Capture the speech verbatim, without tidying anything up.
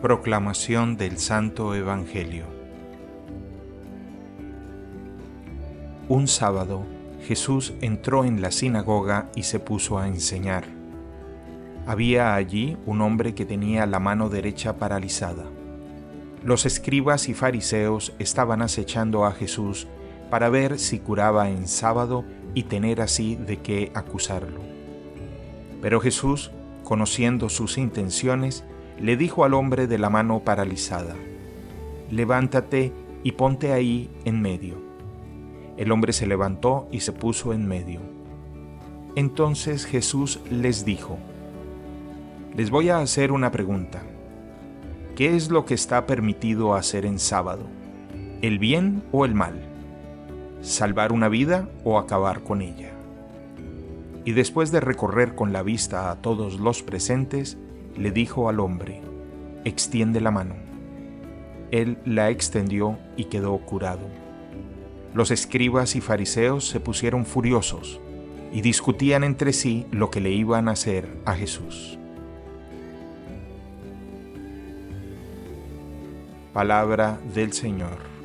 Proclamación del Santo Evangelio. Un sábado, Jesús entró en la sinagoga y se puso a enseñar. Había allí un hombre que tenía la mano derecha paralizada. Los escribas y fariseos estaban acechando a Jesús para ver si curaba en sábado y tener así de qué acusarlo. Pero Jesús, conociendo sus intenciones, le dijo al hombre de la mano paralizada: «Levántate y ponte ahí en medio». El hombre se levantó y se puso en medio. Entonces Jesús les dijo: «Les voy a hacer una pregunta. ¿Qué es lo que está permitido hacer en sábado? ¿El bien o el mal? ¿Salvar una vida o acabar con ella?». Y después de recorrer con la vista a todos los presentes, le dijo al hombre: «Extiende la mano». Él la extendió y quedó curado. Los escribas y fariseos se pusieron furiosos y discutían entre sí lo que le iban a hacer a Jesús. Palabra del Señor.